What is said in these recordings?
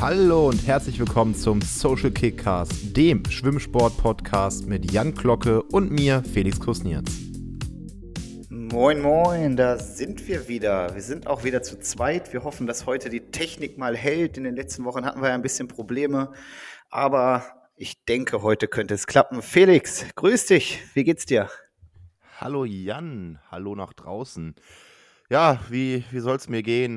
Hallo und herzlich willkommen zum Social Kickcast, dem Schwimmsport-Podcast mit Jan Glocke und mir, Felix Kusnierz. Moin, moin, da sind wir wieder. Wir sind auch wieder zu zweit. Wir hoffen, dass heute die Technik mal hält. In den letzten Wochen hatten wir ja ein bisschen Probleme, aber ich denke, heute könnte es klappen. Felix, grüß dich. Wie geht's dir? Hallo Jan, hallo nach draußen. Ja, wie soll es mir gehen?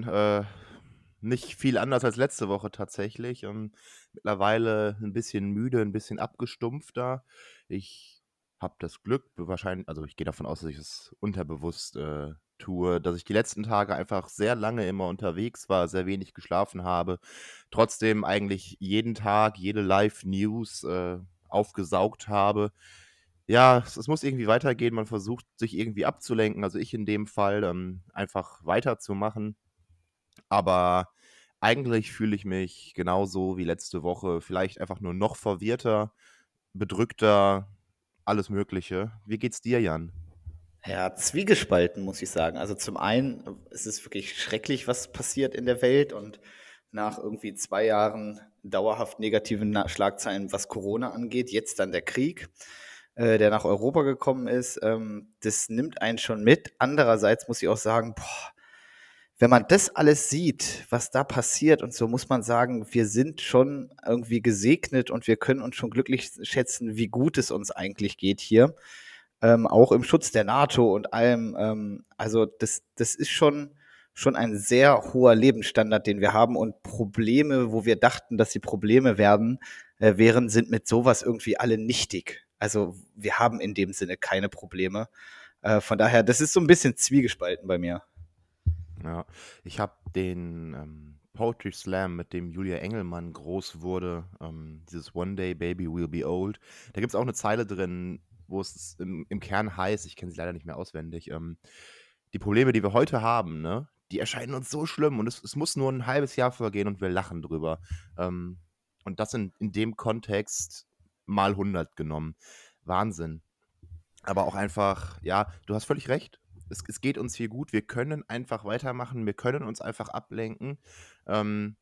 Nicht viel anders als letzte Woche tatsächlich. Mittlerweile ein bisschen müde, ein bisschen abgestumpfter. Ich habe das Glück, wahrscheinlich, also ich gehe davon aus, dass ich es unterbewusst tue, dass ich die letzten Tage einfach sehr lange immer unterwegs war, sehr wenig geschlafen habe, trotzdem eigentlich jeden Tag jede Live-News aufgesaugt habe. Ja, es muss irgendwie weitergehen. Man versucht, sich irgendwie abzulenken, also ich in dem Fall, einfach weiterzumachen. Aber eigentlich fühle ich mich genauso wie letzte Woche, vielleicht einfach nur noch verwirrter, bedrückter, alles Mögliche. Wie geht's dir, Jan? Ja, zwiegespalten, muss ich sagen. Also zum einen ist es wirklich schrecklich, was passiert in der Welt und nach irgendwie 2 Jahren dauerhaft negativen Schlagzeilen, was Corona angeht, jetzt dann der Krieg, der nach Europa gekommen ist, das nimmt einen schon mit. Andererseits muss ich auch sagen, boah, wenn man das alles sieht, was da passiert und so, muss man sagen, wir sind schon irgendwie gesegnet und wir können uns schon glücklich schätzen, wie gut es uns eigentlich geht hier, auch im Schutz der NATO und allem. Also das ist schon ein sehr hoher Lebensstandard, den wir haben, und Probleme, wo wir dachten, dass sie Probleme wären, sind mit sowas irgendwie alle nichtig. Also wir haben in dem Sinne keine Probleme. Von daher, das ist so ein bisschen zwiegespalten bei mir. Ja, ich habe den Poetry Slam, mit dem Julia Engelmann groß wurde, dieses One Day Baby Will Be Old. Da gibt es auch eine Zeile drin, wo es im Kern heißt, ich kenne sie leider nicht mehr auswendig, die Probleme, die wir heute haben, ne, die erscheinen uns so schlimm und es muss nur ein halbes Jahr vergehen und wir lachen drüber. Ähm, und das in dem Kontext mal 100 genommen. Wahnsinn. Aber auch einfach, ja, du hast völlig recht. Es geht uns hier gut. Wir können einfach weitermachen. Wir können uns einfach ablenken. Ähm,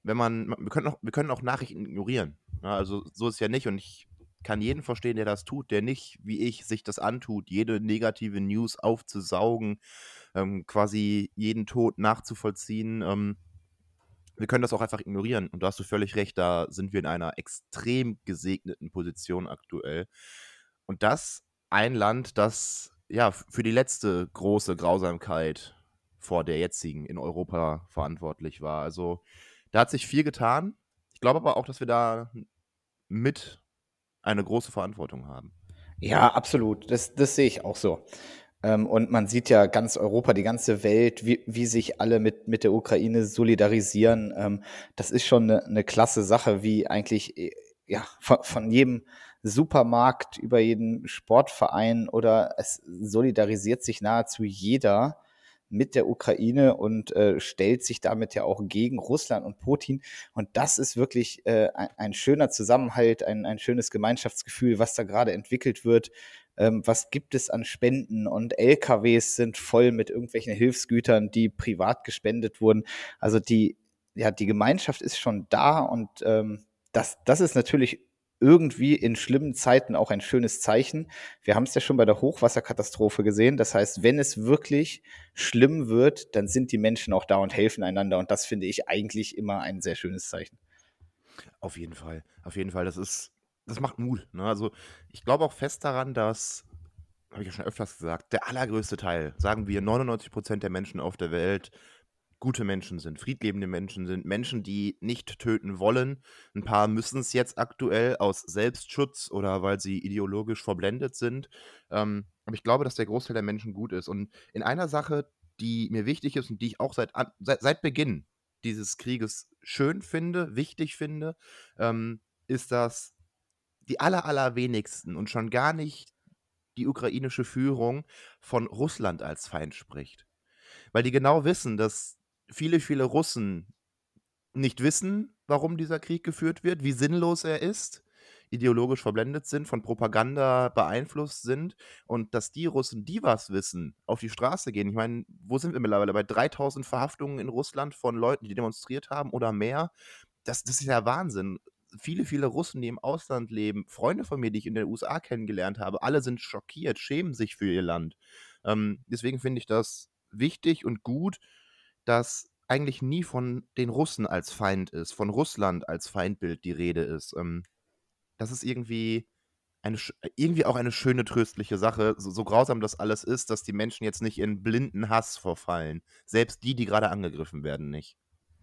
wir können auch Nachrichten ignorieren. Ja, also so ist es ja nicht. Und ich kann jeden verstehen, der das tut, der nicht, wie ich, sich das antut, jede negative News aufzusaugen, quasi jeden Tod nachzuvollziehen. Wir können das auch einfach ignorieren. Und da hast du völlig recht, da sind wir in einer extrem gesegneten Position aktuell. Und das ein Land, das ja für die letzte große Grausamkeit vor der jetzigen in Europa verantwortlich war. Also da hat sich viel getan. Ich glaube aber auch, dass wir da mit eine große Verantwortung haben. Ja, absolut. Das sehe ich auch so. Und man sieht ja ganz Europa, die ganze Welt, wie sich alle mit der Ukraine solidarisieren. Das ist schon eine klasse Sache, wie eigentlich ja, von jedem Supermarkt über jeden Sportverein, oder es solidarisiert sich nahezu jeder mit der Ukraine und stellt sich damit ja auch gegen Russland und Putin. Und das ist wirklich ein schöner Zusammenhalt, ein schönes Gemeinschaftsgefühl, was da gerade entwickelt wird. Was gibt es an Spenden, und LKWs sind voll mit irgendwelchen Hilfsgütern, die privat gespendet wurden. Also die Gemeinschaft ist schon da, und das ist natürlich irgendwie in schlimmen Zeiten auch ein schönes Zeichen. Wir haben es ja schon bei der Hochwasserkatastrophe gesehen. Das heißt, wenn es wirklich schlimm wird, dann sind die Menschen auch da und helfen einander. Und das finde ich eigentlich immer ein sehr schönes Zeichen. Auf jeden Fall. Auf jeden Fall. Das macht Mut. Ne? Also ich glaube auch fest daran, dass, habe ich ja schon öfters gesagt, der allergrößte Teil, sagen wir 99% der Menschen auf der Welt, gute Menschen sind, friedliebende Menschen sind, Menschen, die nicht töten wollen. Ein paar müssen es jetzt aktuell aus Selbstschutz oder weil sie ideologisch verblendet sind. Aber ich glaube, dass der Großteil der Menschen gut ist. Und in einer Sache, die mir wichtig ist und die ich auch seit Beginn dieses Krieges schön finde, wichtig finde, ist, dass die allerwenigsten und schon gar nicht die ukrainische Führung von Russland als Feind spricht. Weil die genau wissen, dass viele Russen nicht wissen, warum dieser Krieg geführt wird, wie sinnlos er ist, ideologisch verblendet sind, von Propaganda beeinflusst sind, und dass die Russen, die was wissen, auf die Straße gehen. Ich meine, wo sind wir mittlerweile? Bei 3.000 Verhaftungen in Russland von Leuten, die demonstriert haben oder mehr. das ist ja Wahnsinn. Viele, viele Russen, die im Ausland leben, Freunde von mir, die ich in den USA kennengelernt habe, alle sind schockiert, schämen sich für ihr Land. Deswegen finde ich das wichtig und gut, dass eigentlich nie von den Russen als Feind ist, von Russland als Feindbild die Rede ist. Das ist irgendwie auch eine schöne, tröstliche Sache, so grausam das alles ist, dass die Menschen jetzt nicht in blinden Hass verfallen. Selbst die, die gerade angegriffen werden, nicht.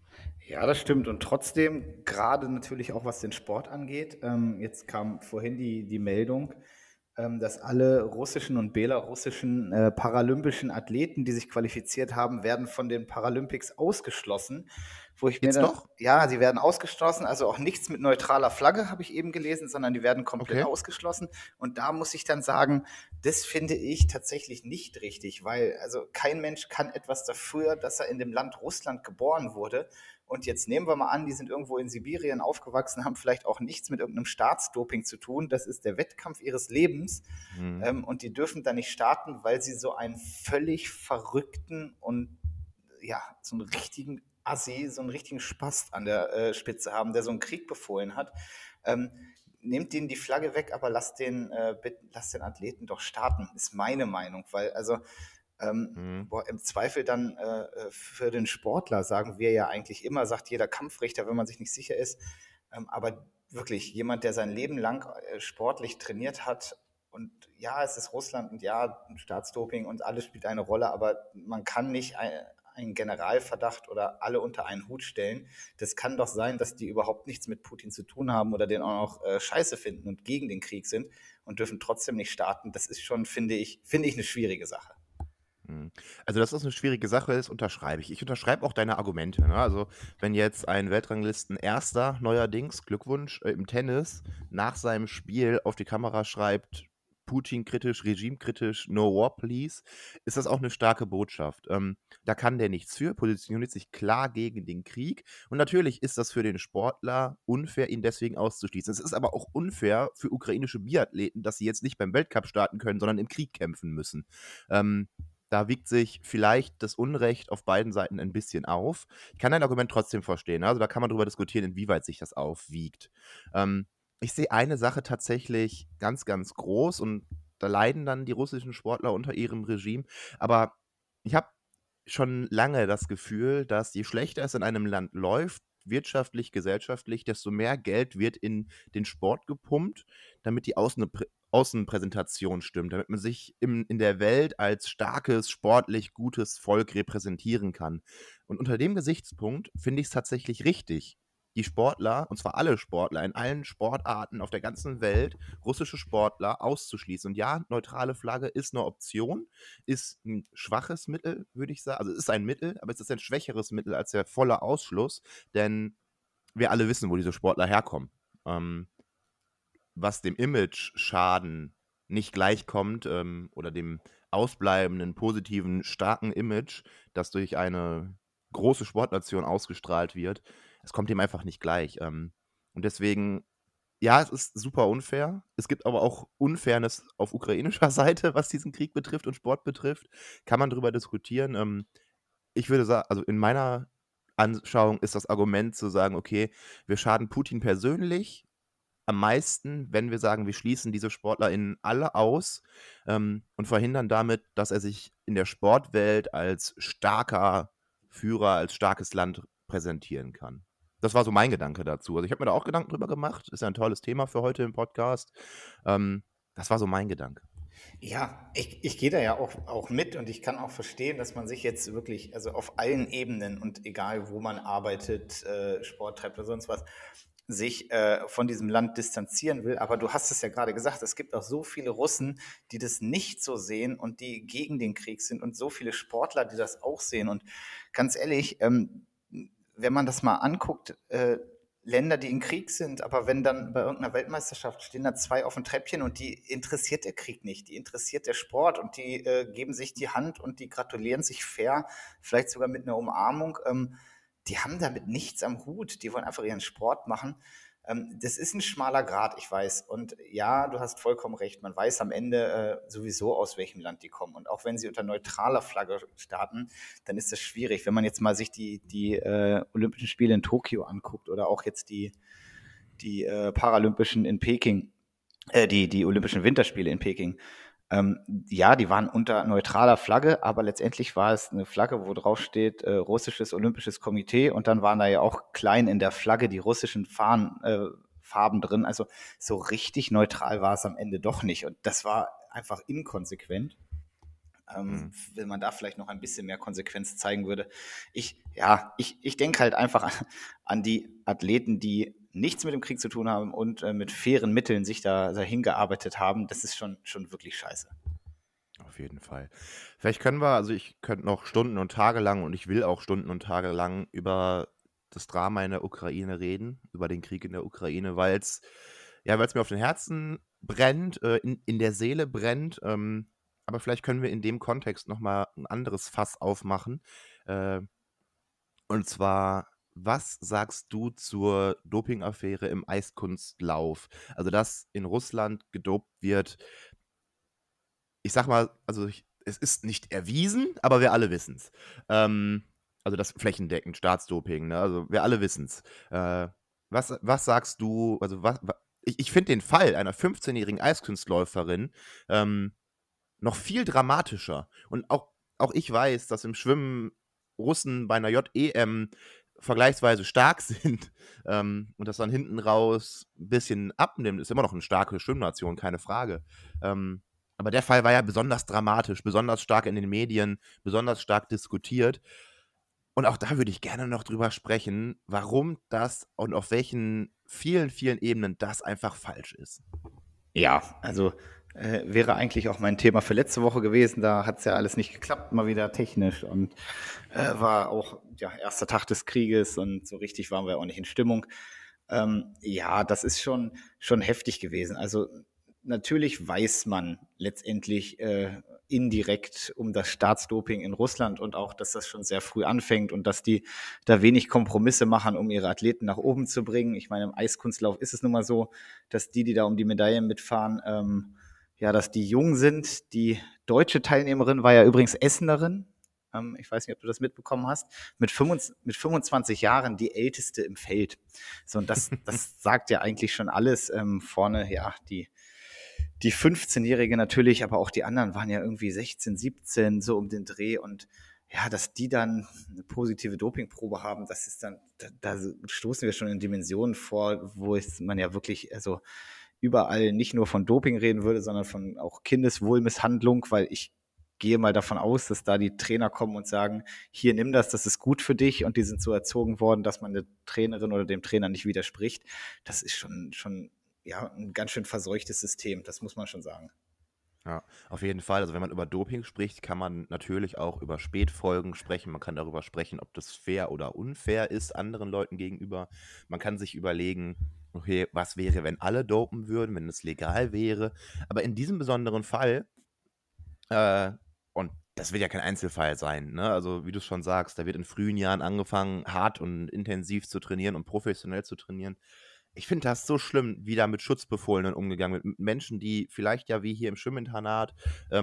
Ja, das stimmt. Und trotzdem, gerade natürlich auch was den Sport angeht, jetzt kam vorhin die Meldung, dass alle russischen und belarussischen paralympischen Athleten, die sich qualifiziert haben, werden von den Paralympics ausgeschlossen. Wo ich mir Jetzt dann, doch? ja, sie werden ausgeschlossen, also auch nichts mit neutraler Flagge, habe ich eben gelesen, sondern die werden komplett Okay. ausgeschlossen. Und da muss ich dann sagen, das finde ich tatsächlich nicht richtig, weil also kein Mensch kann etwas dafür, dass er in dem Land Russland geboren wurde. Und jetzt nehmen wir mal an, die sind irgendwo in Sibirien aufgewachsen, haben vielleicht auch nichts mit irgendeinem Staatsdoping zu tun. Das ist der Wettkampf ihres Lebens. Mhm. Und die dürfen da nicht starten, weil sie so einen völlig verrückten und ja, so einen richtigen Assi, so einen richtigen Spast an der Spitze haben, der so einen Krieg befohlen hat. Ähm, Nehmt denen die Flagge weg, aber lasst den Athleten doch starten, ist meine Meinung, weil also Mhm. im Zweifel dann für den Sportler sagen wir ja eigentlich immer, sagt jeder Kampfrichter, wenn man sich nicht sicher ist. Aber wirklich jemand, der sein Leben lang sportlich trainiert hat und ja, es ist Russland und ja, Staatsdoping und alles spielt eine Rolle, aber man kann nicht einen Generalverdacht oder alle unter einen Hut stellen. Das kann doch sein, dass die überhaupt nichts mit Putin zu tun haben oder den auch noch scheiße finden und gegen den Krieg sind und dürfen trotzdem nicht starten. Das ist schon, finde ich eine schwierige Sache. Mhm. Also, dass das eine schwierige Sache ist, unterschreibe ich. Ich unterschreibe auch deine Argumente, ne? Also, wenn jetzt ein Weltranglisten-Erster neuerdings, Glückwunsch, im Tennis nach seinem Spiel auf die Kamera schreibt: „Putin-kritisch, regimekritisch, no war please“, ist das auch eine starke Botschaft. Da kann der nichts für, positioniert sich klar gegen den Krieg und natürlich ist das für den Sportler unfair, ihn deswegen auszuschließen. Es ist aber auch unfair für ukrainische Biathleten, dass sie jetzt nicht beim Weltcup starten können, sondern im Krieg kämpfen müssen. Da wiegt sich vielleicht das Unrecht auf beiden Seiten ein bisschen auf. Ich kann dein Argument trotzdem verstehen, ne? Also, da kann man drüber diskutieren, inwieweit sich das aufwiegt. Ähm, Ich sehe eine Sache tatsächlich ganz, ganz groß und da leiden dann die russischen Sportler unter ihrem Regime. Aber ich habe schon lange das Gefühl, dass je schlechter es in einem Land läuft, wirtschaftlich, gesellschaftlich, desto mehr Geld wird in den Sport gepumpt, damit die Außenpräsentation stimmt, damit man sich in der Welt als starkes, sportlich gutes Volk repräsentieren kann. Und unter dem Gesichtspunkt finde ich es tatsächlich richtig, die Sportler, und zwar alle Sportler in allen Sportarten auf der ganzen Welt, russische Sportler auszuschließen. Und ja, neutrale Flagge ist eine Option, ist ein schwaches Mittel, würde ich sagen. Also es ist ein Mittel, aber es ist ein schwächeres Mittel als der volle Ausschluss, denn wir alle wissen, wo diese Sportler herkommen. Ähm, Was dem Image-Schaden nicht gleichkommt, oder dem ausbleibenden, positiven, starken Image, das durch eine große Sportnation ausgestrahlt wird, es kommt dem einfach nicht gleich. Und deswegen, ja, es ist super unfair. Es gibt aber auch Unfairness auf ukrainischer Seite, was diesen Krieg betrifft und Sport betrifft. Kann man drüber diskutieren. Ich würde sagen, also in meiner Anschauung ist das Argument zu sagen: „Okay, wir schaden Putin persönlich am meisten, wenn wir sagen, wir schließen diese SportlerInnen alle aus, und verhindern damit, dass er sich in der Sportwelt als starker Führer, als starkes Land präsentieren kann. Das war so mein Gedanke dazu. Also, ich habe mir da auch Gedanken drüber gemacht. Ist ja 'n tolles Thema für heute im Podcast. Ähm, Das war so mein Gedanke. Ja, ich gehe da ja auch mit und ich kann auch verstehen, dass man sich jetzt wirklich, also auf allen Ebenen und egal wo man arbeitet, Sport treibt oder sonst was, sich von diesem Land distanzieren will. Aber du hast es ja gerade gesagt, es gibt auch so viele Russen, die das nicht so sehen und die gegen den Krieg sind und so viele Sportler, die das auch sehen. Und ganz ehrlich, wenn man das mal anguckt, Länder, die im Krieg sind, aber wenn dann bei irgendeiner Weltmeisterschaft stehen da zwei auf dem Treppchen und die interessiert der Krieg nicht, die interessiert der Sport und die geben sich die Hand und die gratulieren sich fair, vielleicht sogar mit einer Umarmung. Die haben damit nichts am Hut, die wollen einfach ihren Sport machen. Das ist ein schmaler Grat, ich weiß. Und ja, du hast vollkommen recht. Man weiß am Ende sowieso, aus welchem Land die kommen. Und auch wenn sie unter neutraler Flagge starten, dann ist das schwierig. Wenn man jetzt mal sich die Olympischen Spiele in Tokio anguckt oder auch jetzt die Paralympischen in Peking, die Olympischen Winterspiele in Peking. Ja, die waren unter neutraler Flagge, aber letztendlich war es eine Flagge, wo drauf steht Russisches Olympisches Komitee, und dann waren da ja auch klein in der Flagge die russischen Farben drin. Also so richtig neutral war es am Ende doch nicht, und das war einfach inkonsequent. Mhm. Wenn man da vielleicht noch ein bisschen mehr Konsequenz zeigen würde. Ich denke halt einfach an die Athleten, die nichts mit dem Krieg zu tun haben und mit fairen Mitteln sich dahin gearbeitet haben. Das ist schon wirklich scheiße. Auf jeden Fall. Vielleicht können wir, also ich könnte noch Stunden und Tage lang und ich will auch Stunden und Tage lang über das Drama in der Ukraine reden, über den Krieg in der Ukraine, weil es mir auf den Herzen brennt, in der Seele brennt. Aber vielleicht können wir in dem Kontext nochmal ein anderes Fass aufmachen. Äh, und zwar, was sagst du zur Dopingaffäre im Eiskunstlauf? Also, dass in Russland gedopt wird, ich sag mal, also es ist nicht erwiesen, aber wir alle wissen's. Also das flächendeckend Staatsdoping, ne? Also wir alle wissen's. Was sagst du, also ich finde den Fall einer 15-jährigen Eiskunstläuferin noch viel dramatischer. Und auch ich weiß, dass im Schwimmen Russen bei einer JEM vergleichsweise stark sind, und das dann hinten raus ein bisschen abnimmt. Ist immer noch eine starke Schwimmnation, keine Frage. Aber der Fall war ja besonders dramatisch, besonders stark in den Medien, besonders stark diskutiert. Und auch da würde ich gerne noch drüber sprechen, warum das und auf welchen vielen, vielen Ebenen das einfach falsch ist. Ja, also wäre eigentlich auch mein Thema für letzte Woche gewesen. Da hat es ja alles nicht geklappt, mal wieder technisch, und war auch ja, erster Tag des Krieges, und so richtig waren wir auch nicht in Stimmung. Ja, das ist schon heftig gewesen. Also natürlich weiß man letztendlich indirekt um das Staatsdoping in Russland, und auch, dass das schon sehr früh anfängt und dass die da wenig Kompromisse machen, um ihre Athleten nach oben zu bringen. Ich meine, im Eiskunstlauf ist es nun mal so, dass die da um die Medaillen mitfahren, ja, dass die jung sind. Die deutsche Teilnehmerin war ja übrigens Essenerin. Ich weiß nicht, ob du das mitbekommen hast. Mit 25 Jahren die älteste im Feld. So, und das sagt ja eigentlich schon alles. Vorne, ja, die 15-Jährige natürlich, aber auch die anderen waren ja irgendwie 16, 17, so um den Dreh. Und ja, dass die dann eine positive Dopingprobe haben, das ist dann, da stoßen wir schon in Dimensionen vor, wo man ja wirklich, also überall nicht nur von Doping reden würde, sondern von auch Kindeswohlmisshandlung, weil ich gehe mal davon aus, dass da die Trainer kommen und sagen, hier nimm das ist gut für dich, und die sind so erzogen worden, dass man der Trainerin oder dem Trainer nicht widerspricht. Das ist schon ja, ein ganz schön verseuchtes System, das muss man schon sagen. Ja, auf jeden Fall. Also wenn man über Doping spricht, kann man natürlich auch über Spätfolgen sprechen. Man kann darüber sprechen, ob das fair oder unfair ist anderen Leuten gegenüber. Man kann sich überlegen, okay, was wäre, wenn alle dopen würden, wenn es legal wäre. Aber in diesem besonderen Fall, äh, und das wird ja kein Einzelfall sein, ne? Also wie du schon sagst, da wird in frühen Jahren angefangen, hart und intensiv zu trainieren und professionell zu trainieren. Ich finde das so schlimm, wie da mit Schutzbefohlenen umgegangen wird. Mit Menschen, die vielleicht ja wie hier im Schwimminternat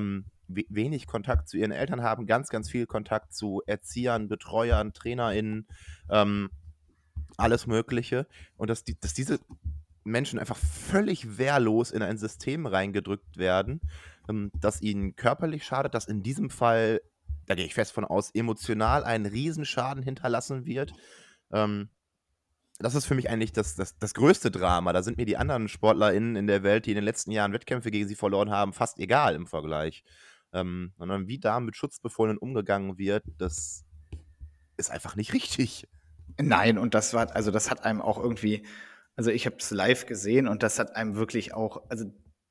wenig Kontakt zu ihren Eltern haben, ganz, ganz viel Kontakt zu Erziehern, Betreuern, TrainerInnen, ähm, alles Mögliche. Und dass diese Menschen einfach völlig wehrlos in ein System reingedrückt werden, das ihnen körperlich schadet, das in diesem Fall, da gehe ich fest von aus, emotional einen Riesenschaden hinterlassen wird. Ähm, Das ist für mich eigentlich das größte Drama. Da sind mir die anderen SportlerInnen in der Welt, die in den letzten Jahren Wettkämpfe gegen sie verloren haben, fast egal im Vergleich. Sondern wie da mit Schutzbefohlenen umgegangen wird, das ist einfach nicht richtig. Nein, und das hat einem auch irgendwie, also ich habe es live gesehen, und das hat einem wirklich auch, also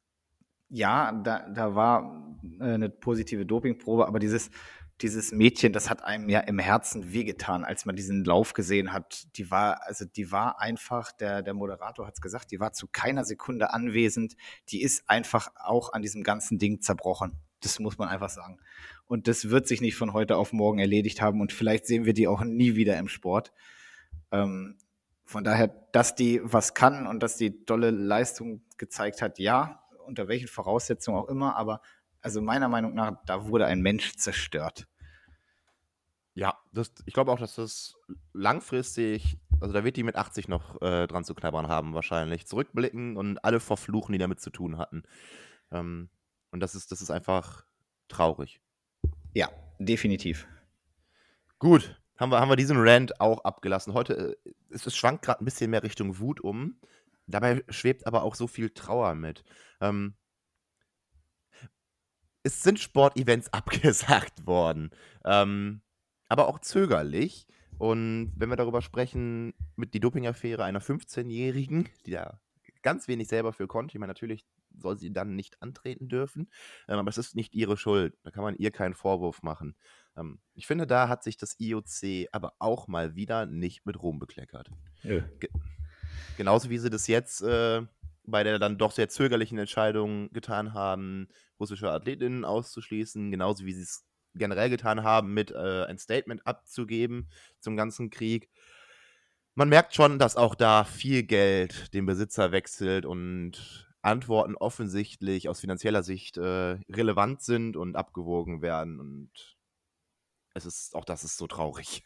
ja, da war eine positive Dopingprobe, aber dieses Mädchen, das hat einem ja im Herzen wehgetan, als man diesen Lauf gesehen hat. Die war einfach, der Moderator hat es gesagt, die war zu keiner Sekunde anwesend. Die ist einfach auch an diesem ganzen Ding zerbrochen. Das muss man einfach sagen. Und das wird sich nicht von heute auf morgen erledigt haben, und vielleicht sehen wir die auch nie wieder im Sport. Ähm, von daher, dass die was kann und dass die dolle Leistung gezeigt hat, ja, unter welchen Voraussetzungen auch immer, aber also meiner Meinung nach, da wurde ein Mensch zerstört. Ja, ich glaube auch, dass das langfristig, also da wird die mit 80 noch dran zu knabbern haben wahrscheinlich. Zurückblicken und alle verfluchen, die damit zu tun hatten. Und das ist einfach traurig. Ja, definitiv. Gut, haben wir diesen Rant auch abgelassen. Heute, es schwankt gerade ein bisschen mehr Richtung Wut um. Dabei schwebt aber auch so viel Trauer mit. Ähm, Es sind Sportevents abgesagt worden, aber auch zögerlich. Und wenn wir darüber sprechen, mit die Dopingaffäre einer 15-Jährigen, die da ganz wenig selber für konnte. Ich meine, natürlich soll sie dann nicht antreten dürfen, aber es ist nicht ihre Schuld. Da kann man ihr keinen Vorwurf machen. Ich finde, da hat sich das IOC aber auch mal wieder nicht mit Ruhm bekleckert. Nö. Genauso wie sie das jetzt bei der dann doch sehr zögerlichen Entscheidung getan haben, russische Athletinnen auszuschließen, genauso wie sie es generell getan haben, mit ein Statement abzugeben zum ganzen Krieg. Man merkt schon, dass auch da viel Geld den Besitzer wechselt und Antworten offensichtlich aus finanzieller Sicht relevant sind und abgewogen werden. Und auch das ist so traurig.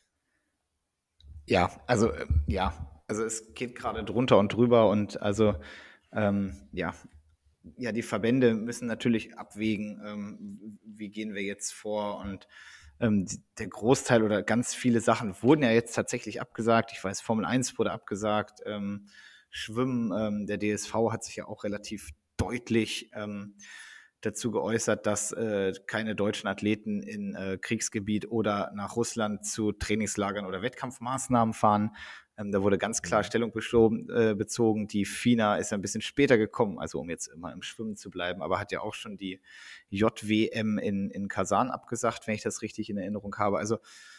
Also es geht gerade drunter und drüber und also ja, die Verbände müssen natürlich abwägen, wie gehen wir jetzt vor und der Großteil oder ganz viele Sachen wurden ja jetzt tatsächlich abgesagt. Ich weiß, Formel 1 wurde abgesagt, Schwimmen, der DSV hat sich ja auch relativ deutlich dazu geäußert, dass keine deutschen Athleten in Kriegsgebiet oder nach Russland zu Trainingslagern oder Wettkampfmaßnahmen fahren. Da wurde ganz klar Stellung bezogen. Die FINA ist ein bisschen später gekommen, also um jetzt immer im Schwimmen zu bleiben, aber hat ja auch schon die JWM in Kasan abgesagt, wenn ich das richtig in Erinnerung habe. Also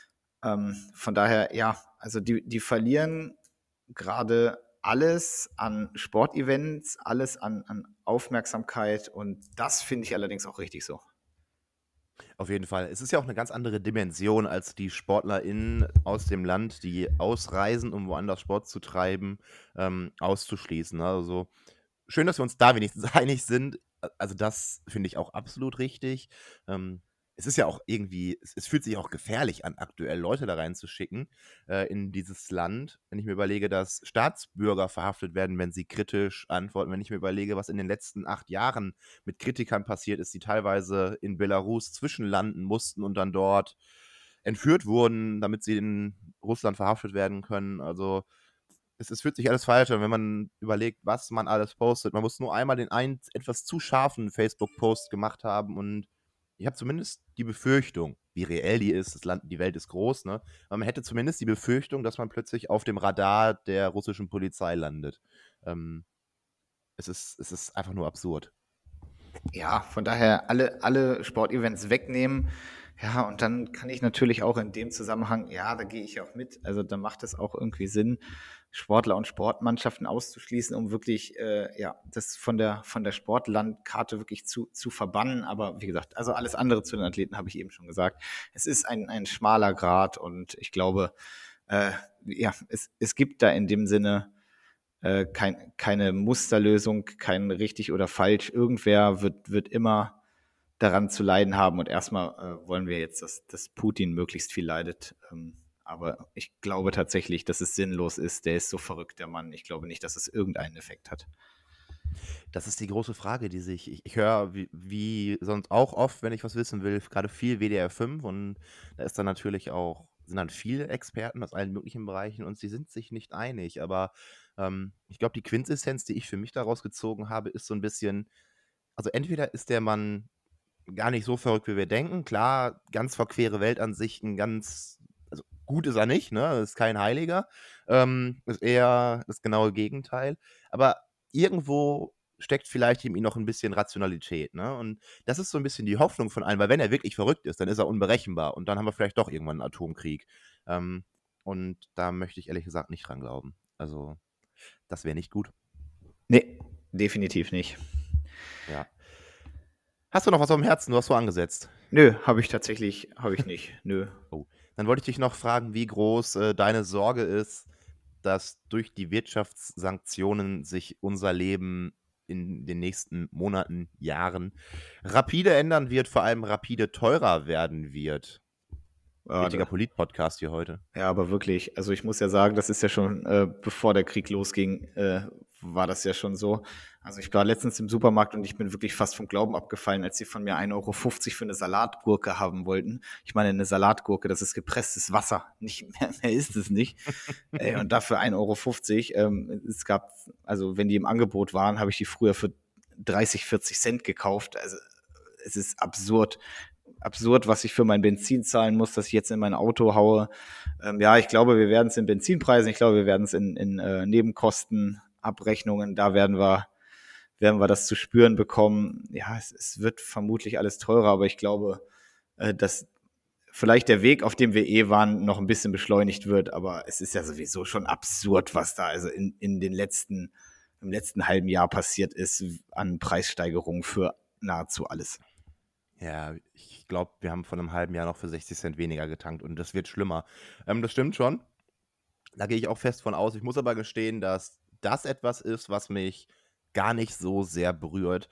von daher, ja, also die verlieren gerade alles an Sportevents, alles an Aufmerksamkeit und das finde ich allerdings auch richtig so. Auf jeden Fall. Es ist ja auch eine ganz andere Dimension als die SportlerInnen aus dem Land, die ausreisen, um woanders Sport zu treiben, auszuschließen. Ne? Also schön, dass wir uns da wenigstens einig sind. Also das finde ich auch absolut richtig. Es ist ja auch irgendwie, es fühlt sich auch gefährlich an, aktuell Leute da reinzuschicken in dieses Land. Wenn ich mir überlege, dass Staatsbürger verhaftet werden, wenn sie kritisch antworten. Wenn ich mir überlege, was in den letzten 8 Jahren mit Kritikern passiert ist, die teilweise in Belarus zwischenlanden mussten und dann dort entführt wurden, damit sie in Russland verhaftet werden können. Also es fühlt sich alles falsch an, wenn man überlegt, was man alles postet. Man muss nur einmal den einen etwas zu scharfen Facebook-Post gemacht haben und ich habe zumindest die Befürchtung, wie reell die ist, die Welt ist groß, ne? Aber man hätte zumindest die Befürchtung, dass man plötzlich auf dem Radar der russischen Polizei landet. Ähm, es ist einfach nur absurd. Ja, von daher alle Sportevents wegnehmen. Ja, und dann kann ich natürlich auch in dem Zusammenhang, ja, da gehe ich auch mit. Also da macht es auch irgendwie Sinn, Sportler und Sportmannschaften auszuschließen, um wirklich, das von der Sportlandkarte wirklich zu verbannen. Aber wie gesagt, also alles andere zu den Athleten habe ich eben schon gesagt. Es ist ein schmaler Grat und ich glaube, es gibt da in dem Sinne keine Musterlösung, kein richtig oder falsch. Irgendwer wird immer daran zu leiden haben und erstmal wollen wir jetzt, dass Putin möglichst viel leidet. Aber ich glaube tatsächlich, dass es sinnlos ist. Der ist so verrückt, der Mann. Ich glaube nicht, dass es irgendeinen Effekt hat. Das ist die große Frage, die ich höre, wie sonst auch oft, wenn ich was wissen will, gerade viel WDR 5 und da ist dann natürlich auch, sind dann viele Experten aus allen möglichen Bereichen und sie sind sich nicht einig, aber ich glaube, die Quintessenz, die ich für mich daraus gezogen habe, ist so ein bisschen, also entweder ist der Mann gar nicht so verrückt, wie wir denken, klar, ganz verquere Weltansichten, also gut ist er nicht, ne, ist kein Heiliger, ist eher das genaue Gegenteil, aber irgendwo steckt vielleicht in ihm noch ein bisschen Rationalität, ne? Und das ist so ein bisschen die Hoffnung von allen, weil wenn er wirklich verrückt ist, dann ist er unberechenbar und dann haben wir vielleicht doch irgendwann einen Atomkrieg. Und da möchte ich ehrlich gesagt nicht dran glauben. Also, das wäre nicht gut. Nee, definitiv nicht. Ja. Hast du noch was auf dem Herzen? Du hast so angesetzt. Nö, habe ich nicht. Nö. Oh, dann wollte ich dich noch fragen, wie groß deine Sorge ist, dass durch die Wirtschaftssanktionen sich unser Leben in den nächsten Monaten, Jahren rapide ändern wird, vor allem rapide teurer werden wird. Ja, Richtiger Polit-Podcast hier heute. ja, aber wirklich, also ich muss ja sagen, das ist ja schon, bevor der Krieg losging, war das ja schon so. Also ich war letztens im Supermarkt und ich bin wirklich fast vom Glauben abgefallen, als sie von mir 1,50 € für eine Salatgurke haben wollten. Ich meine, eine Salatgurke, das ist gepresstes Wasser. Nicht mehr ist es nicht. Und dafür 1,50 €. Es gab, also wenn die im Angebot waren, habe ich die früher für 30, 40 Cent gekauft. Also es ist absurd. Absurd, was ich für mein Benzin zahlen muss, dass ich jetzt in mein Auto haue. Ja, ich glaube, wir werden es in Benzinpreisen, ich glaube, wir werden es in Nebenkostenabrechnungen, da werden wir das zu spüren bekommen. Ja, es wird vermutlich alles teurer, aber ich glaube, dass vielleicht der Weg, auf dem wir waren, noch ein bisschen beschleunigt wird, aber es ist ja sowieso schon absurd, was da also in den im letzten halben Jahr passiert ist an Preissteigerungen für nahezu alles. Ja, ich glaube, wir haben vor einem halben Jahr noch für 60 Cent weniger getankt und das wird schlimmer. Das stimmt schon. Da gehe ich auch fest von aus. Ich muss aber gestehen, dass das etwas ist, was mich gar nicht so sehr berührt.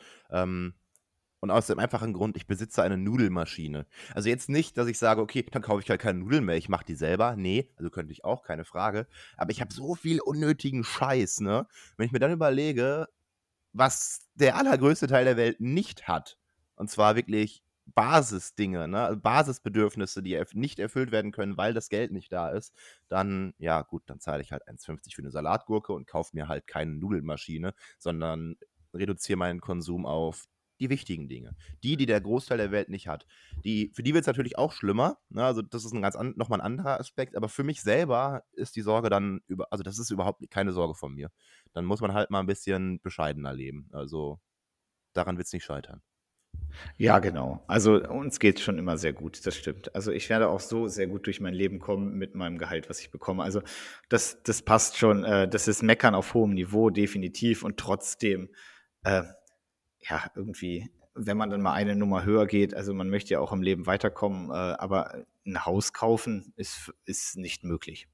Und aus dem einfachen Grund, ich besitze eine Nudelmaschine. Also jetzt nicht, dass ich sage, okay, dann kaufe ich halt keine Nudeln mehr, ich mache die selber. Nee, also könnte ich auch, keine Frage. Aber ich habe so viel unnötigen Scheiß, ne? Wenn ich mir dann überlege, was der allergrößte Teil der Welt nicht hat, und zwar wirklich Basisdinge, ne? Also Basisbedürfnisse, die nicht erfüllt werden können, weil das Geld nicht da ist, dann, ja gut, dann zahle ich halt 1,50 € für eine Salatgurke und kaufe mir halt keine Nudelmaschine, sondern reduziere meinen Konsum auf die wichtigen Dinge. Die der Großteil der Welt nicht hat. Für die wird es natürlich auch schlimmer, ne? Also das ist nochmal ein anderer Aspekt, aber für mich selber ist die Sorge dann, also das ist überhaupt keine Sorge von mir. Dann muss man halt mal ein bisschen bescheidener leben. Also daran wird es nicht scheitern. Ja, genau. Also uns geht's schon immer sehr gut, das stimmt. Also ich werde auch so sehr gut durch mein Leben kommen mit meinem Gehalt, was ich bekomme. Also das passt schon. Das ist Meckern auf hohem Niveau, definitiv. Und trotzdem, äh, ja, irgendwie, wenn man dann mal eine Nummer höher geht, also man möchte ja auch im Leben weiterkommen, aber ein Haus kaufen ist nicht möglich.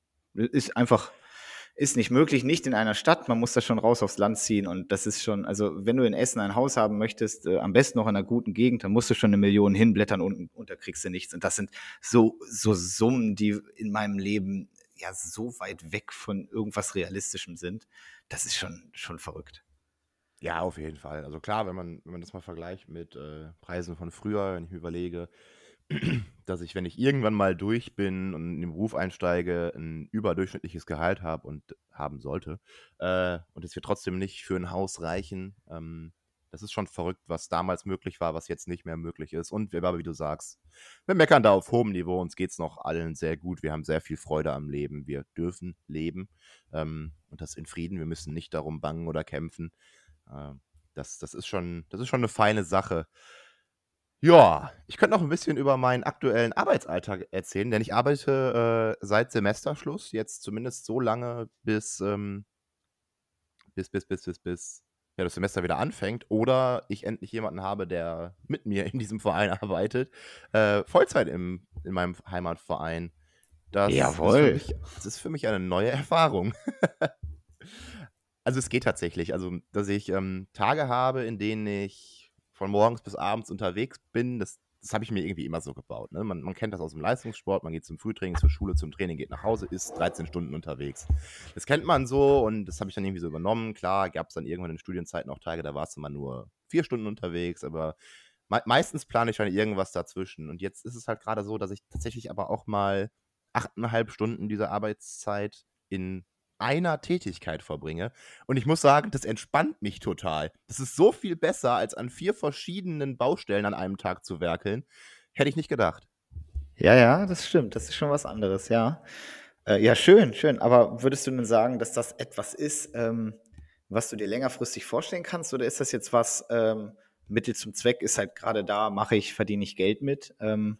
Ist nicht möglich, nicht in einer Stadt, man muss da schon raus aufs Land ziehen und das ist schon, also wenn du in Essen ein Haus haben möchtest, am besten noch in einer guten Gegend, dann musst du schon 1 Million hinblättern und da kriegst du nichts. Und das sind so Summen, die in meinem Leben ja so weit weg von irgendwas Realistischem sind. Das ist schon verrückt. Ja, auf jeden Fall. Also klar, wenn man das mal vergleicht mit Preisen von früher, wenn ich mir überlege, dass ich, wenn ich irgendwann mal durch bin und in den Beruf einsteige, ein überdurchschnittliches Gehalt habe und haben sollte, und es wird trotzdem nicht für ein Haus reichen. Das ist schon verrückt, was damals möglich war, was jetzt nicht mehr möglich ist. Und aber wie du sagst, wir meckern da auf hohem Niveau, uns geht es noch allen sehr gut. Wir haben sehr viel Freude am Leben. Wir dürfen leben, und das in Frieden. Wir müssen nicht darum bangen oder kämpfen. Äh, das ist schon eine feine Sache. Ja, ich könnte noch ein bisschen über meinen aktuellen Arbeitsalltag erzählen, denn ich arbeite seit Semesterschluss jetzt zumindest so lange, bis ja, das Semester wieder anfängt oder ich endlich jemanden habe, der mit mir in diesem Verein arbeitet, Vollzeit in meinem Heimatverein. Jawohl. Das ist für mich eine neue Erfahrung. Also, es geht tatsächlich. Also, dass ich Tage habe, in denen ich von morgens bis abends unterwegs bin, das habe ich mir irgendwie immer so gebaut, ne? Man kennt das aus dem Leistungssport, man geht zum Frühtraining, zur Schule, zum Training, geht nach Hause, ist 13 Stunden unterwegs. Das kennt man so und das habe ich dann irgendwie so übernommen. Klar, gab's dann irgendwann in Studienzeiten auch Tage, da warst du mal nur 4 Stunden unterwegs, aber meistens plane ich dann irgendwas dazwischen. Und jetzt ist es halt grade so, dass ich tatsächlich aber auch mal 8,5 Stunden dieser Arbeitszeit in einer Tätigkeit verbringe. Und ich muss sagen, das entspannt mich total. Das ist so viel besser, als an 4 verschiedenen Baustellen an einem Tag zu werkeln. Hätte ich nicht gedacht. Ja, ja, das stimmt. Das ist schon was anderes, ja. Ja, schön, schön. Aber würdest du denn sagen, dass das etwas ist, was du dir längerfristig vorstellen kannst? Oder ist das jetzt was, Mittel zum Zweck ist halt gerade da, mache ich, verdiene ich Geld mit?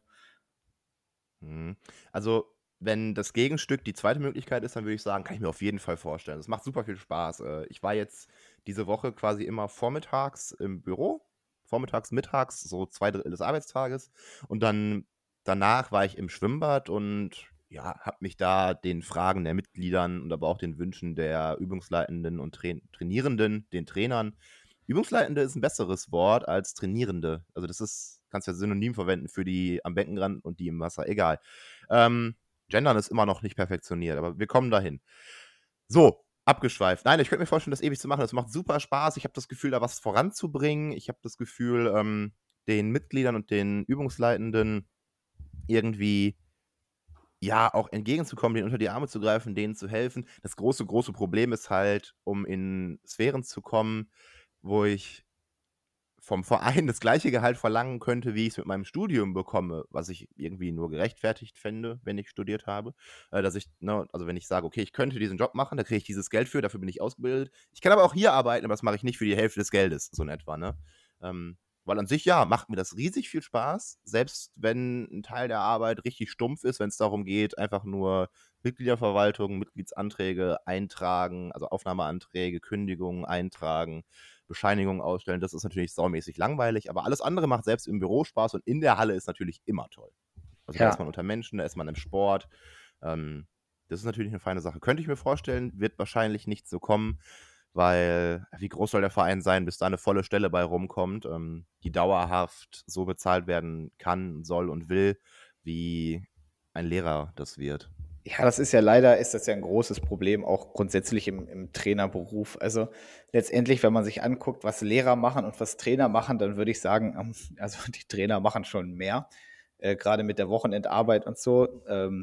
Mhm. Also, wenn das Gegenstück die zweite Möglichkeit ist, dann würde ich sagen, kann ich mir auf jeden Fall vorstellen. Es macht super viel Spaß. Ich war jetzt diese Woche quasi immer vormittags im Büro, vormittags, mittags, so 2 Drittel des Arbeitstages und dann danach war ich im Schwimmbad und ja, habe mich da den Fragen der Mitgliedern und aber auch den Wünschen der Übungsleitenden und Trainierenden, den Trainern. Übungsleitende ist ein besseres Wort als Trainierende. Also das ist, kannst ja synonym verwenden für die am Beckenrand und die im Wasser, egal. Ähm, Gendern ist immer noch nicht perfektioniert, aber wir kommen dahin. So, abgeschweift. Nein, ich könnte mir vorstellen, das ewig zu machen. Das macht super Spaß. Ich habe das Gefühl, da was voranzubringen. Ich habe das Gefühl, den Mitgliedern und den Übungsleitenden irgendwie ja, auch entgegenzukommen, denen unter die Arme zu greifen, denen zu helfen. Das große, große Problem ist halt, um in Sphären zu kommen, wo ich vom Verein das gleiche Gehalt verlangen könnte, wie ich es mit meinem Studium bekomme, was ich irgendwie nur gerechtfertigt fände, wenn ich studiert habe. Dass ich, ne, also wenn ich sage, okay, ich könnte diesen Job machen, da kriege ich dieses Geld für, dafür bin ich ausgebildet. Ich kann aber auch hier arbeiten, aber das mache ich nicht für die Hälfte des Geldes, so in etwa, ne? Weil an sich, ja, macht mir das riesig viel Spaß, selbst wenn ein Teil der Arbeit richtig stumpf ist, wenn es darum geht, einfach nur Mitgliederverwaltung, Mitgliedsanträge eintragen, also Aufnahmeanträge, Kündigungen eintragen, Bescheinigungen ausstellen. Das ist natürlich saumäßig langweilig, aber alles andere macht selbst im Büro Spaß und in der Halle ist natürlich immer toll. Also da ist Ja. man unter Menschen, da ist man im Sport. Ähm, Das ist natürlich eine feine Sache. Könnte ich mir vorstellen, wird wahrscheinlich nicht so kommen, weil wie groß soll der Verein sein, bis da eine volle Stelle bei rumkommt, die dauerhaft so bezahlt werden kann, soll und will, wie ein Lehrer das wird. Ja, das ist ja leider ist das ja ein großes Problem, auch grundsätzlich im Trainerberuf. Also, letztendlich, wenn man sich anguckt, was Lehrer machen und was Trainer machen, dann würde ich sagen, also, die Trainer machen schon mehr, grade mit der Wochenendarbeit und so.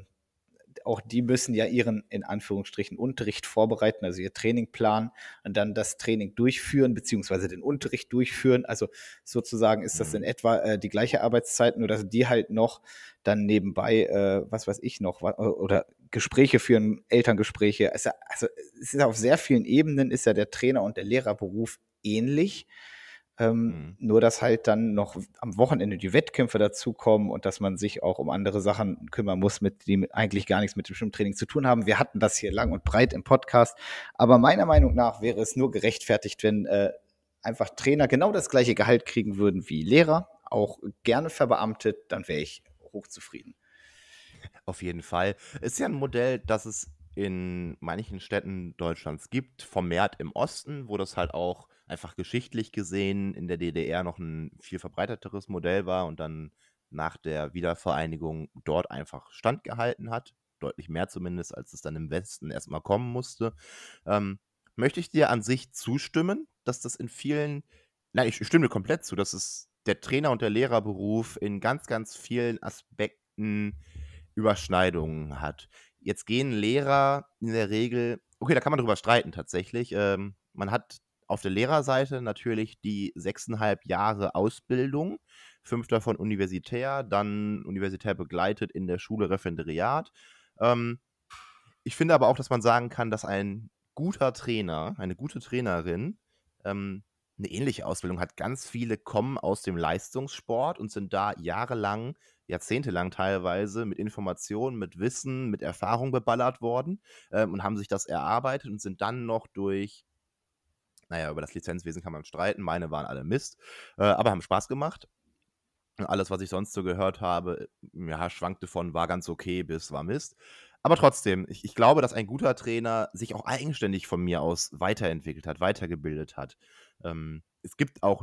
Auch die müssen ja ihren, in Anführungsstrichen, Unterricht vorbereiten, also ihr Training planen und dann das Training durchführen, beziehungsweise den Unterricht durchführen. Also sozusagen ist das in Mhm. etwa die gleiche Arbeitszeit, nur dass die halt noch dann nebenbei, was weiß ich noch, oder Gespräche führen, Elterngespräche. Also es ist auf sehr vielen Ebenen ist ja der Trainer- und der Lehrerberuf ähnlich. Mhm. Nur dass halt dann noch am Wochenende die Wettkämpfe dazukommen und dass man sich auch um andere Sachen kümmern muss, mit die eigentlich gar nichts mit dem Schwimmtraining zu tun haben. Wir hatten das hier lang und breit im Podcast, aber meiner Meinung nach wäre es nur gerechtfertigt, wenn einfach Trainer genau das gleiche Gehalt kriegen würden wie Lehrer, auch gerne verbeamtet, dann wäre ich hochzufrieden. Auf jeden Fall. Ist ja ein Modell, das es in manchen Städten Deutschlands gibt, vermehrt im Osten, wo das halt auch einfach geschichtlich gesehen in der DDR noch ein viel verbreiteteres Modell war und dann nach der Wiedervereinigung dort einfach standgehalten hat. Deutlich mehr zumindest, als es dann im Westen erst mal kommen musste. Ähm, Möchte ich dir an sich zustimmen, dass das in vielen nein, ich stimme dir komplett zu, dass es der Trainer und der Lehrerberuf in ganz, ganz vielen Aspekten Überschneidungen hat. Jetzt gehen Lehrer in der Regel okay, da kann man drüber streiten tatsächlich. Man hat auf der Lehrerseite natürlich die 6,5 Jahre Ausbildung, 5 davon universitär, dann universitär begleitet in der Schule Referendariat. Ähm, Ich finde aber auch, dass man sagen kann, dass ein guter Trainer, eine gute Trainerin, 'ne ähnliche Ausbildung hat. Ganz viele kommen aus dem Leistungssport und sind da jahrelang, jahrzehntelang teilweise mit Informationen, mit Wissen, mit Erfahrung beballert worden, und haben sich das erarbeitet und sind dann noch durch na ja, über das Lizenzwesen kann man streiten, meine waren alle Mist, aber haben Spaß gemacht. Alles, was ich sonst so gehört habe, ja, schwankte von war ganz okay bis war Mist. Aber trotzdem, ich glaube, dass ein guter Trainer sich auch eigenständig von mir aus weiterentwickelt hat, weitergebildet hat. Es gibt auch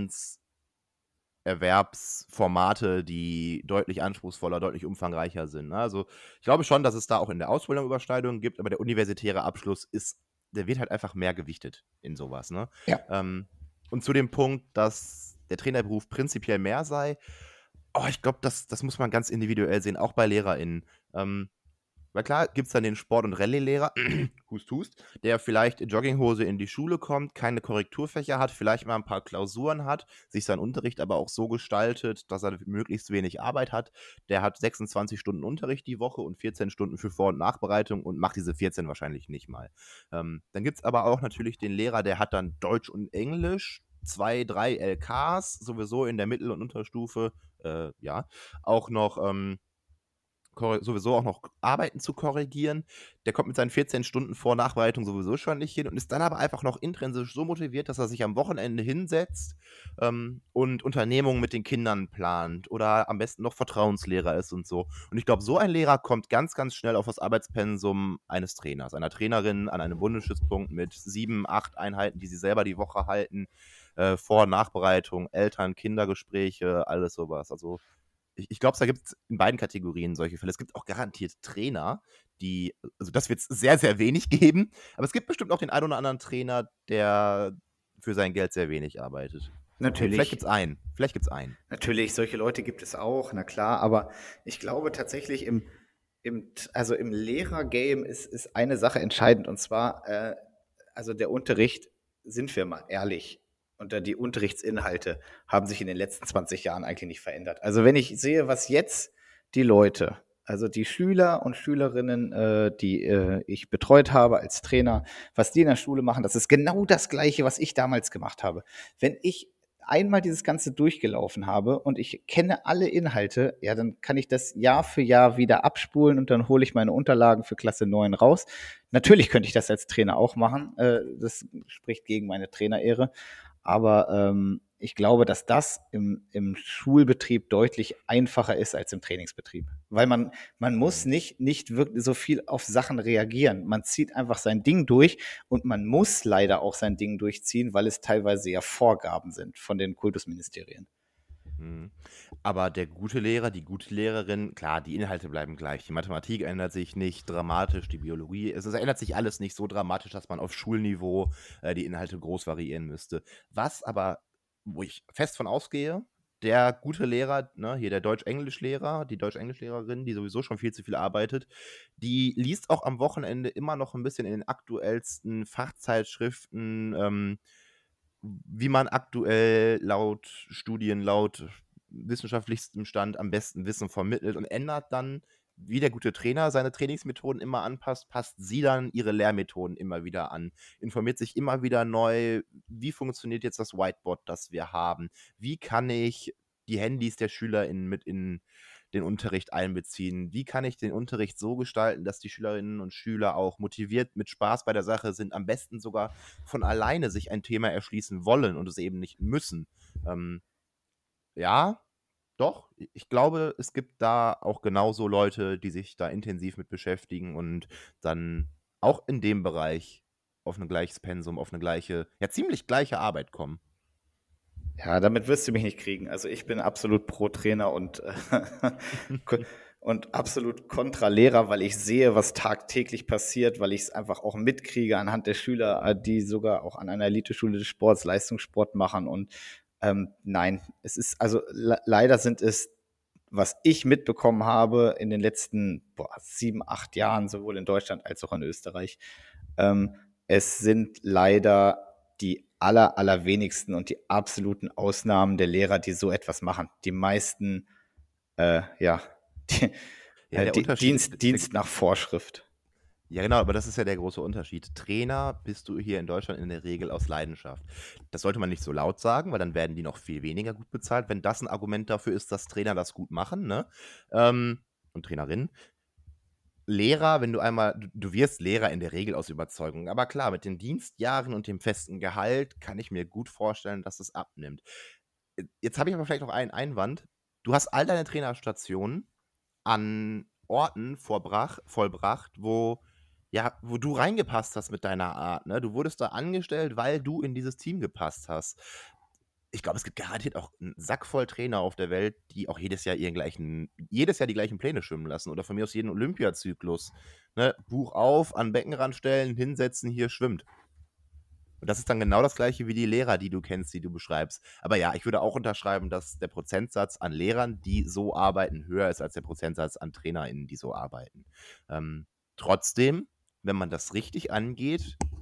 Lizenzerwerbsformate, die deutlich anspruchsvoller, deutlich umfangreicher sind, ne? Also, ich glaube schon, dass es da auch in der Ausbildung Überschneidungen gibt, aber der universitäre Abschluss ist der wird halt einfach mehr gewichtet in so was, ne? Ja. Und zu dem Punkt, dass der Trainerberuf prinzipiell mehr sei ich glaube, das muss man ganz individuell sehen, auch bei LehrerInnen. Weil klar gibt's dann den Sport und Rallye-Lehrer, Hust, Hust, der vielleicht in Jogginghose in die Schule kommt, keine Korrekturfächer hat, vielleicht mal ein paar Klausuren hat, sich seinen Unterricht aber auch so gestaltet, dass er möglichst wenig Arbeit hat. Der hat 26 Stunden Unterricht die Woche und 14 Stunden für Vor und Nachbereitung und macht diese 14 wahrscheinlich nicht mal. Dann gibt's aber auch natürlich den Lehrer, der hat dann Deutsch und Englisch, 2, 3 LKs, sowieso in der Mittel und Unterstufe, ja, auch noch, sowieso auch noch Arbeiten zu korrigieren. Der kommt mit seinen 14 Stunden Vor-Nachbereitung sowieso schon nicht hin und ist dann aber einfach noch intrinsisch so motiviert, dass er sich am Wochenende hinsetzt, und Unternehmungen mit den Kindern plant oder am besten noch Vertrauenslehrer ist und so. Und ich glaube, so ein Lehrer kommt ganz, ganz schnell auf das Arbeitspensum eines Trainers, einer Trainerin an einem Bundesstützpunkt mit 7, 8 Einheiten, die sie selber die Woche halten, Vor- und Nachbereitung, Eltern, Kindergespräche, alles sowas. Also ich glaube, da gibt es in beiden Kategorien solche Fälle. Es gibt auch garantiert Trainer, also das wird es sehr, sehr wenig geben, aber es gibt bestimmt auch den einen oder anderen Trainer, der für sein Geld sehr wenig arbeitet. Vielleicht Natürlich, gibt's einen. Vielleicht gibt's einen. natürlich, solche Leute gibt es auch, na klar, aber ich glaube tatsächlich also im Lehrergame ist eine Sache entscheidend und zwar, also der Unterricht, sind wir mal ehrlich, die Unterrichtsinhalte haben sich in den letzten 20 Jahren eigentlich nicht verändert. Also wenn ich sehe, was jetzt die Leute, also die Schüler und Schülerinnen, die ich betreut habe als Trainer, was die in der Schule machen, das ist genau das Gleiche, was ich damals gemacht habe. Wenn ich einmal dieses Ganze durchgelaufen habe und ich kenne alle Inhalte, ja, dann kann ich das Jahr für Jahr wieder abspulen und dann hole ich meine Unterlagen für Klasse 9 raus. Natürlich könnte ich das als Trainer auch machen. Das spricht gegen meine Trainerehre. Aber ich glaube, dass das im Schulbetrieb deutlich einfacher ist als im Trainingsbetrieb. Weil man muss Mhm. nicht wirklich so viel auf Sachen reagieren. Man zieht einfach sein Ding durch und man muss leider auch sein Ding durchziehen, weil es teilweise ja Vorgaben sind von den Kultusministerien. Mhm. Aber der gute Lehrer, die gute Lehrerin, klar, die Inhalte bleiben gleich. Die Mathematik ändert sich nicht dramatisch, die Biologie, es ändert sich alles nicht so dramatisch, dass man auf Schulniveau die Inhalte groß variieren müsste. Was aber, wo ich fest von ausgehe, der gute Lehrer, ne, hier der Deutsch-Englisch-Lehrer, die Deutsch-Englisch-Lehrerin, die sowieso schon viel zu viel arbeitet, die liest auch am Wochenende immer noch ein bisschen in den aktuellsten Fachzeitschriften, wie man aktuell laut Studien, laut wissenschaftlichstem Stand am besten Wissen vermittelt und ändert dann, wie der gute Trainer seine Trainingsmethoden immer anpasst, passt sie dann ihre Lehrmethoden immer wieder an, informiert sich immer wieder neu, wie funktioniert jetzt das Whiteboard, das wir haben, wie kann ich die Handys der SchülerInnen mit in den Unterricht einbeziehen, wie kann ich den Unterricht so gestalten, dass die Schülerinnen und Schüler auch motiviert mit Spaß bei der Sache sind, am besten sogar von alleine sich ein Thema erschließen wollen und es eben nicht müssen. Ähm, ja, doch, ich glaube, es gibt da auch genauso Leute, die sich da intensiv mit beschäftigen und dann auch in dem Bereich auf ein gleiches Pensum, auf eine gleiche, ja, ziemlich gleiche Arbeit kommen. Ja, damit wirst du mich nicht kriegen. Also ich bin absolut pro Trainer und, und absolut kontra Lehrer, weil ich sehe, was tagtäglich passiert, weil ich es einfach auch mitkriege anhand der Schüler, die sogar auch an einer Eliteschule des Sports Leistungssport machen. Und nein, es ist, also leider sind es, was ich mitbekommen habe in den letzten 7, 8 Jahren, sowohl in Deutschland als auch in Österreich, ähm, es sind leider die allerwenigsten und die absoluten Ausnahmen der Lehrer, die so etwas machen. Die meisten, ja, die, Ja, der Unterschied, Dienst nach Vorschrift. ja, genau, aber das ist ja der große Unterschied. Trainer bist du hier in Deutschland in der Regel aus Leidenschaft. Das sollte man nicht so laut sagen, weil dann werden die noch viel weniger gut bezahlt, wenn das ein Argument dafür ist, dass Trainer das gut machen, ne? Und Trainerinnen. Lehrer, wenn du einmal, du wirst Lehrer in der Regel aus Überzeugung. Aber klar, mit den Dienstjahren und dem festen Gehalt kann ich mir gut vorstellen, dass es abnimmt. Jetzt habe ich aber vielleicht noch einen Einwand. Du hast all deine Trainerstationen an Orten vollbracht, wo, ja, wo du reingepasst hast mit deiner Art, ne? Du wurdest da angestellt, weil du in dieses Team gepasst hast. Ich glaube, es gibt garantiert auch 'n Sack voll Trainer auf der Welt, die auch jedes Jahr die gleichen Pläne schwimmen lassen oder von mir aus jeden Olympiazyklus, ne? Buch auf, an Beckenrand stellen, hinsetzen, hier schwimmt. Und das ist dann genau das Gleiche wie die Lehrer, die du kennst, die du beschreibst. Aber ja, ich würde auch unterschreiben, dass der Prozentsatz an Lehrern, die so arbeiten, höher ist als der Prozentsatz an TrainerInnen, die so arbeiten. Trotzdem, wenn man das richtig angeht,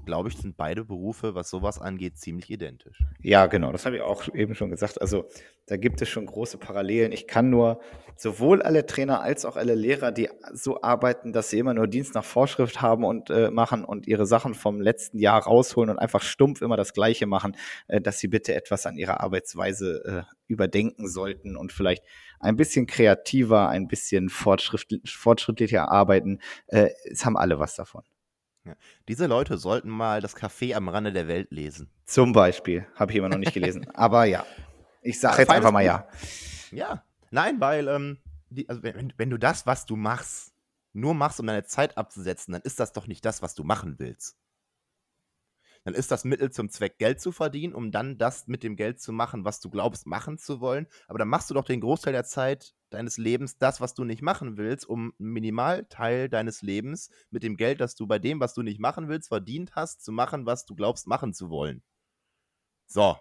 glaube ich, sind beide Berufe, was sowas angeht, ziemlich identisch. Ja, genau, das habe ich auch eben schon gesagt. Also da gibt es schon große Parallelen. Ich kann nur sowohl alle Trainer als auch alle Lehrer, die so arbeiten, dass sie immer nur Dienst nach Vorschrift haben und machen und ihre Sachen vom letzten Jahr rausholen und einfach stumpf immer das Gleiche machen, dass sie bitte etwas an ihrer Arbeitsweise überdenken sollten und vielleicht ein bisschen kreativer, ein bisschen fortschrittlicher arbeiten. Es haben alle was davon. Ja. Diese Leute sollten mal das Café am Rande der Welt lesen. Zum Beispiel, habe ich immer noch nicht gelesen. Aber ja, ich sage jetzt einfach Feines mal Buch. ja. Ja. Nein, weil also wenn du das, was du machst, nur machst, um deine Zeit abzusetzen, dann ist das doch nicht das, was du machen willst. Dann ist das Mittel zum Zweck, Geld zu verdienen, um dann das mit dem Geld zu machen, was du glaubst, machen zu wollen. Aber dann machst du doch den Großteil der Zeit deines Lebens das, was du nicht machen willst, um einen Minimalteil deines Lebens mit dem Geld, das du bei dem, was du nicht machen willst, verdient hast, zu machen, was du glaubst, machen zu wollen. So.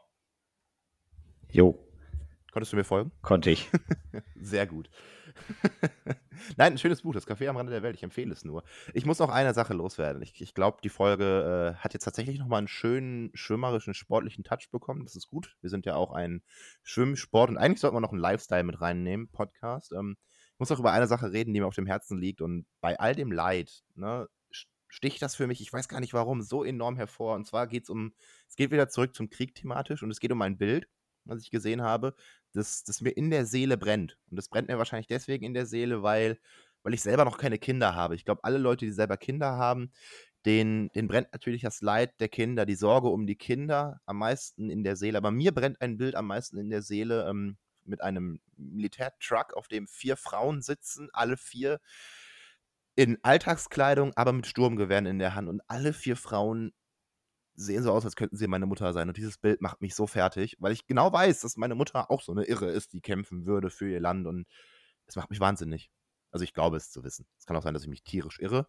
Jo. Konntest du mir folgen? Konnte ich. Sehr gut. Nein, ein schönes Buch, das Café am Rande der Welt. Ich empfehle es nur. Ich muss noch eine Sache loswerden. Ich glaube, die Folge hat jetzt tatsächlich nochmal einen schönen schwimmerischen, sportlichen Touch bekommen. Das ist gut. Wir sind ja auch ein Schwimmsport und eigentlich sollten wir noch einen Lifestyle mit reinnehmen, Podcast. Ich muss auch über eine Sache reden, die mir auf dem Herzen liegt. Und bei all dem Leid, ne, sticht das für mich, ich weiß gar nicht warum, so enorm hervor. Und zwar geht es geht wieder zurück zum Krieg thematisch und es geht um ein Bild, was ich gesehen habe, das mir in der Seele brennt. Und das brennt mir wahrscheinlich deswegen in der Seele, weil ich selber noch keine Kinder habe. Ich glaube, alle Leute, die selber Kinder haben, denen brennt natürlich das Leid der Kinder, die Sorge um die Kinder am meisten in der Seele. Aber mir brennt ein Bild am meisten in der Seele mit einem Militärtruck, auf dem 4 Frauen sitzen, alle 4 in Alltagskleidung, aber mit Sturmgewehren in der Hand. Und alle 4 Frauen sehen so aus, als könnten sie meine Mutter sein. Und dieses Bild macht mich so fertig, weil ich genau weiß, dass meine Mutter auch so eine Irre ist, die kämpfen würde für ihr Land. Und es macht mich wahnsinnig. Also ich glaube es zu wissen. Es kann auch sein, dass ich mich tierisch irre.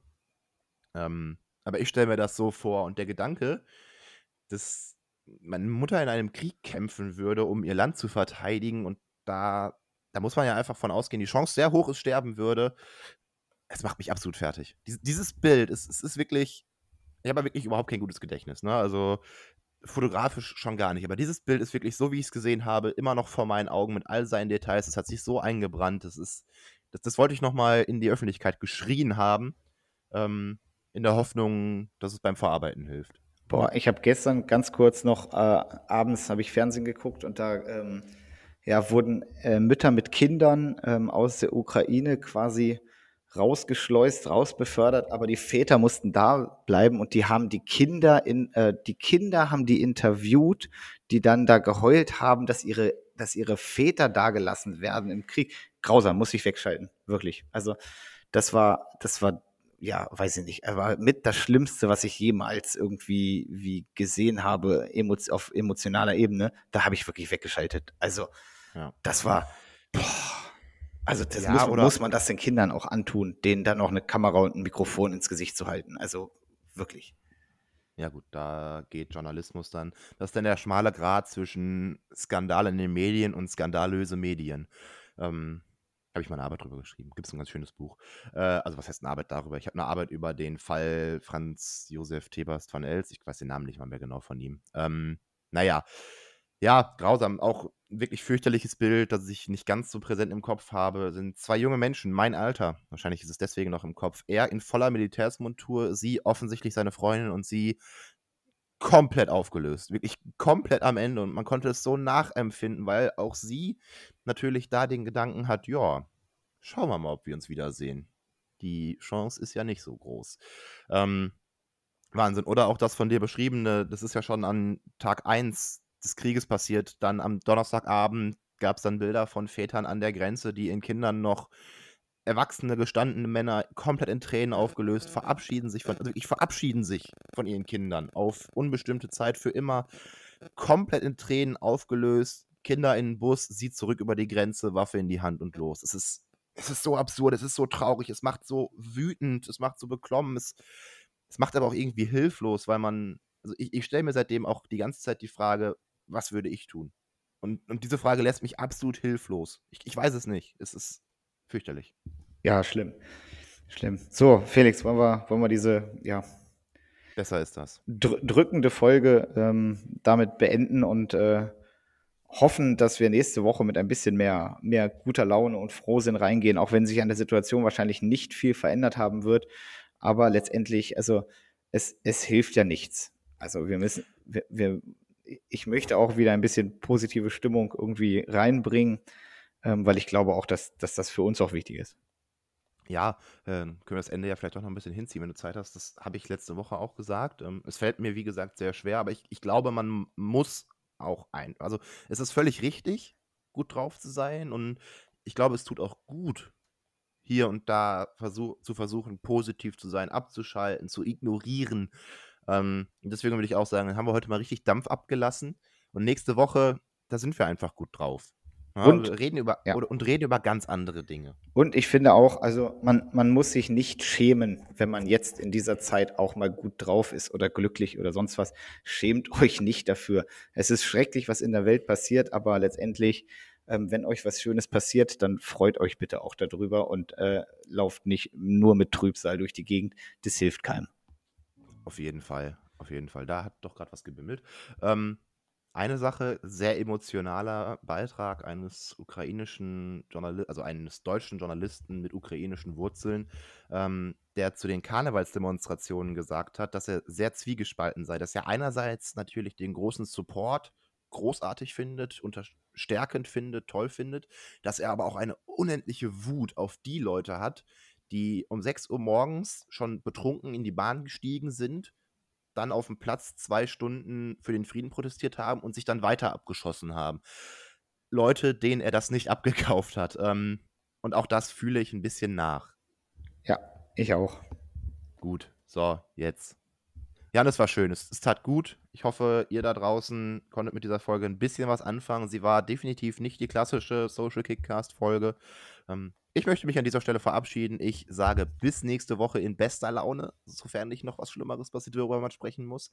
Aber ich stelle mir das so vor. Und der Gedanke, dass meine Mutter in einem Krieg kämpfen würde, um ihr Land zu verteidigen. Und da muss man ja einfach von ausgehen, die Chance sehr hoch ist, sterben würde. Es macht mich absolut fertig. Dieses Bild, es ist wirklich, ich habe ja wirklich überhaupt kein gutes Gedächtnis, ne? Also fotografisch schon gar nicht. Aber dieses Bild ist wirklich so, wie ich es gesehen habe, immer noch vor meinen Augen mit all seinen Details. Das hat sich so eingebrannt. Das wollte ich nochmal in die Öffentlichkeit geschrien haben, in der Hoffnung, dass es beim Verarbeiten hilft. Boah, ich habe gestern ganz kurz noch, abends habe ich Fernsehen geguckt und da ja, wurden Mütter mit Kindern aus der Ukraine quasi rausgeschleust, rausbefördert, aber die Väter mussten da bleiben und die haben die Kinder haben die interviewt, die dann da geheult haben, dass ihre Väter dagelassen werden im Krieg. Grausam, muss ich wegschalten, wirklich. Also das war ja, weiß ich nicht, aber mit das Schlimmste, was ich jemals irgendwie wie gesehen habe, auf emotionaler Ebene, da habe ich wirklich weggeschaltet. Also, Ja. das war, boah, also das Ja, muss man das den Kindern auch antun, denen dann auch eine Kamera und ein Mikrofon ins Gesicht zu halten. Also, wirklich. Ja gut, da geht Journalismus dann. Das ist dann der schmale Grat zwischen Skandal in den Medien und skandalöse Medien. Habe ich mal eine Arbeit drüber geschrieben. Gibt es ein ganz schönes Buch. Also was heißt eine Arbeit darüber? Ich habe eine Arbeit über den Fall Franz Josef Thebast von Els. Ich weiß den Namen nicht mal mehr genau von ihm. Naja, ja, grausam. Auch wirklich fürchterliches Bild, das ich nicht ganz so präsent im Kopf habe, sind 2 junge Menschen, mein Alter. Wahrscheinlich ist es deswegen noch im Kopf. Er in voller Militärsmontur, sie offensichtlich seine Freundin und sie komplett aufgelöst. Wirklich komplett am Ende. Und man konnte es so nachempfinden, weil auch sie natürlich da den Gedanken hat, ja, schauen wir mal, ob wir uns wiedersehen. Die Chance ist ja nicht so groß. Wahnsinn. Oder auch das von dir beschriebene, das ist ja schon an Tag 1 des Krieges passiert. Dann am Donnerstagabend gab es dann Bilder von Vätern an der Grenze, die ihren Kindern noch erwachsene, gestandene Männer komplett in Tränen aufgelöst, verabschieden sich von ihren Kindern auf unbestimmte Zeit für immer, komplett in Tränen aufgelöst, Kinder in den Bus, sie zurück über die Grenze, Waffe in die Hand und los. Es ist so absurd, es ist so traurig, es macht so wütend, es macht so beklommen, es macht aber auch irgendwie hilflos, weil also ich stelle mir seitdem auch die ganze Zeit die Frage, was würde ich tun? Und diese Frage lässt mich absolut hilflos. Ich weiß es nicht. Es ist fürchterlich. Ja, schlimm. Schlimm. So, Felix, wollen wir diese, ja, Besser ist das. drückende Folge damit beenden und hoffen, dass wir nächste Woche mit ein bisschen mehr guter Laune und Frohsinn reingehen, auch wenn sich an der Situation wahrscheinlich nicht viel verändert haben wird. Aber letztendlich, also es hilft ja nichts. Also ich möchte auch wieder ein bisschen positive Stimmung irgendwie reinbringen, weil ich glaube auch, dass das für uns auch wichtig ist. Ja, können wir das Ende ja vielleicht auch noch ein bisschen hinziehen, wenn du Zeit hast. Das habe ich letzte Woche auch gesagt. Es fällt mir, wie gesagt, sehr schwer, aber ich glaube, man muss auch also, es ist völlig richtig, gut drauf zu sein und ich glaube, es tut auch gut, hier und da zu versuchen, positiv zu sein, abzuschalten, zu ignorieren. Deswegen würde ich auch sagen, dann haben wir heute mal richtig Dampf abgelassen und nächste Woche, da sind wir einfach gut drauf. Ja, Und wir reden über ja. oder und reden über ganz andere Dinge. Und ich finde auch, also man muss sich nicht schämen, wenn man jetzt in dieser Zeit auch mal gut drauf ist oder glücklich oder sonst was. Schämt euch nicht dafür. Es ist schrecklich, was in der Welt passiert, aber letztendlich, wenn euch was Schönes passiert, dann freut euch bitte auch darüber und lauft nicht nur mit Trübsal durch die Gegend. Das hilft keinem. Auf jeden Fall, auf jeden Fall. Da hat doch gerade was gebimmelt. Ähm, eine Sache, sehr emotionaler Beitrag eines also eines deutschen Journalisten mit ukrainischen Wurzeln, der zu den Karnevalsdemonstrationen gesagt hat, dass er sehr zwiegespalten sei, dass er einerseits natürlich den großen Support großartig findet, stärkend findet, toll findet, dass er aber auch eine unendliche Wut auf die Leute hat, die um 6 Uhr morgens schon betrunken in die Bahn gestiegen sind, dann auf dem Platz 2 Stunden für den Frieden protestiert haben und sich dann weiter abgeschossen haben. Leute, denen er das nicht abgekauft hat. Und auch das fühle ich ein bisschen nach. Ja, ich auch. Gut, so, jetzt. Ja, das war schön. Es tat gut. Ich hoffe, ihr da draußen konntet mit dieser Folge ein bisschen was anfangen. Sie war definitiv nicht die klassische Social Kickcast-Folge. Ich möchte mich an dieser Stelle verabschieden. Ich sage bis nächste Woche in bester Laune, sofern nicht noch was Schlimmeres passiert, worüber man sprechen muss.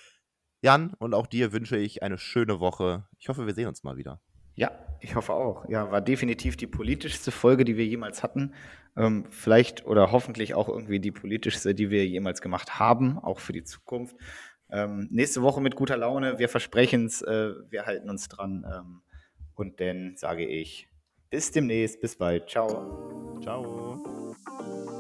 Jan, und auch dir wünsche ich eine schöne Woche. Ich hoffe, wir sehen uns mal wieder. Ja, ich hoffe auch. Ja, war definitiv die politischste Folge, die wir jemals hatten. Vielleicht oder hoffentlich auch irgendwie die politischste, die wir jemals gemacht haben, auch für die Zukunft. Nächste Woche mit guter Laune. Wir versprechen es, wir halten uns dran. Und dann sage ich bis demnächst, bis bald. Ciao. Ciao.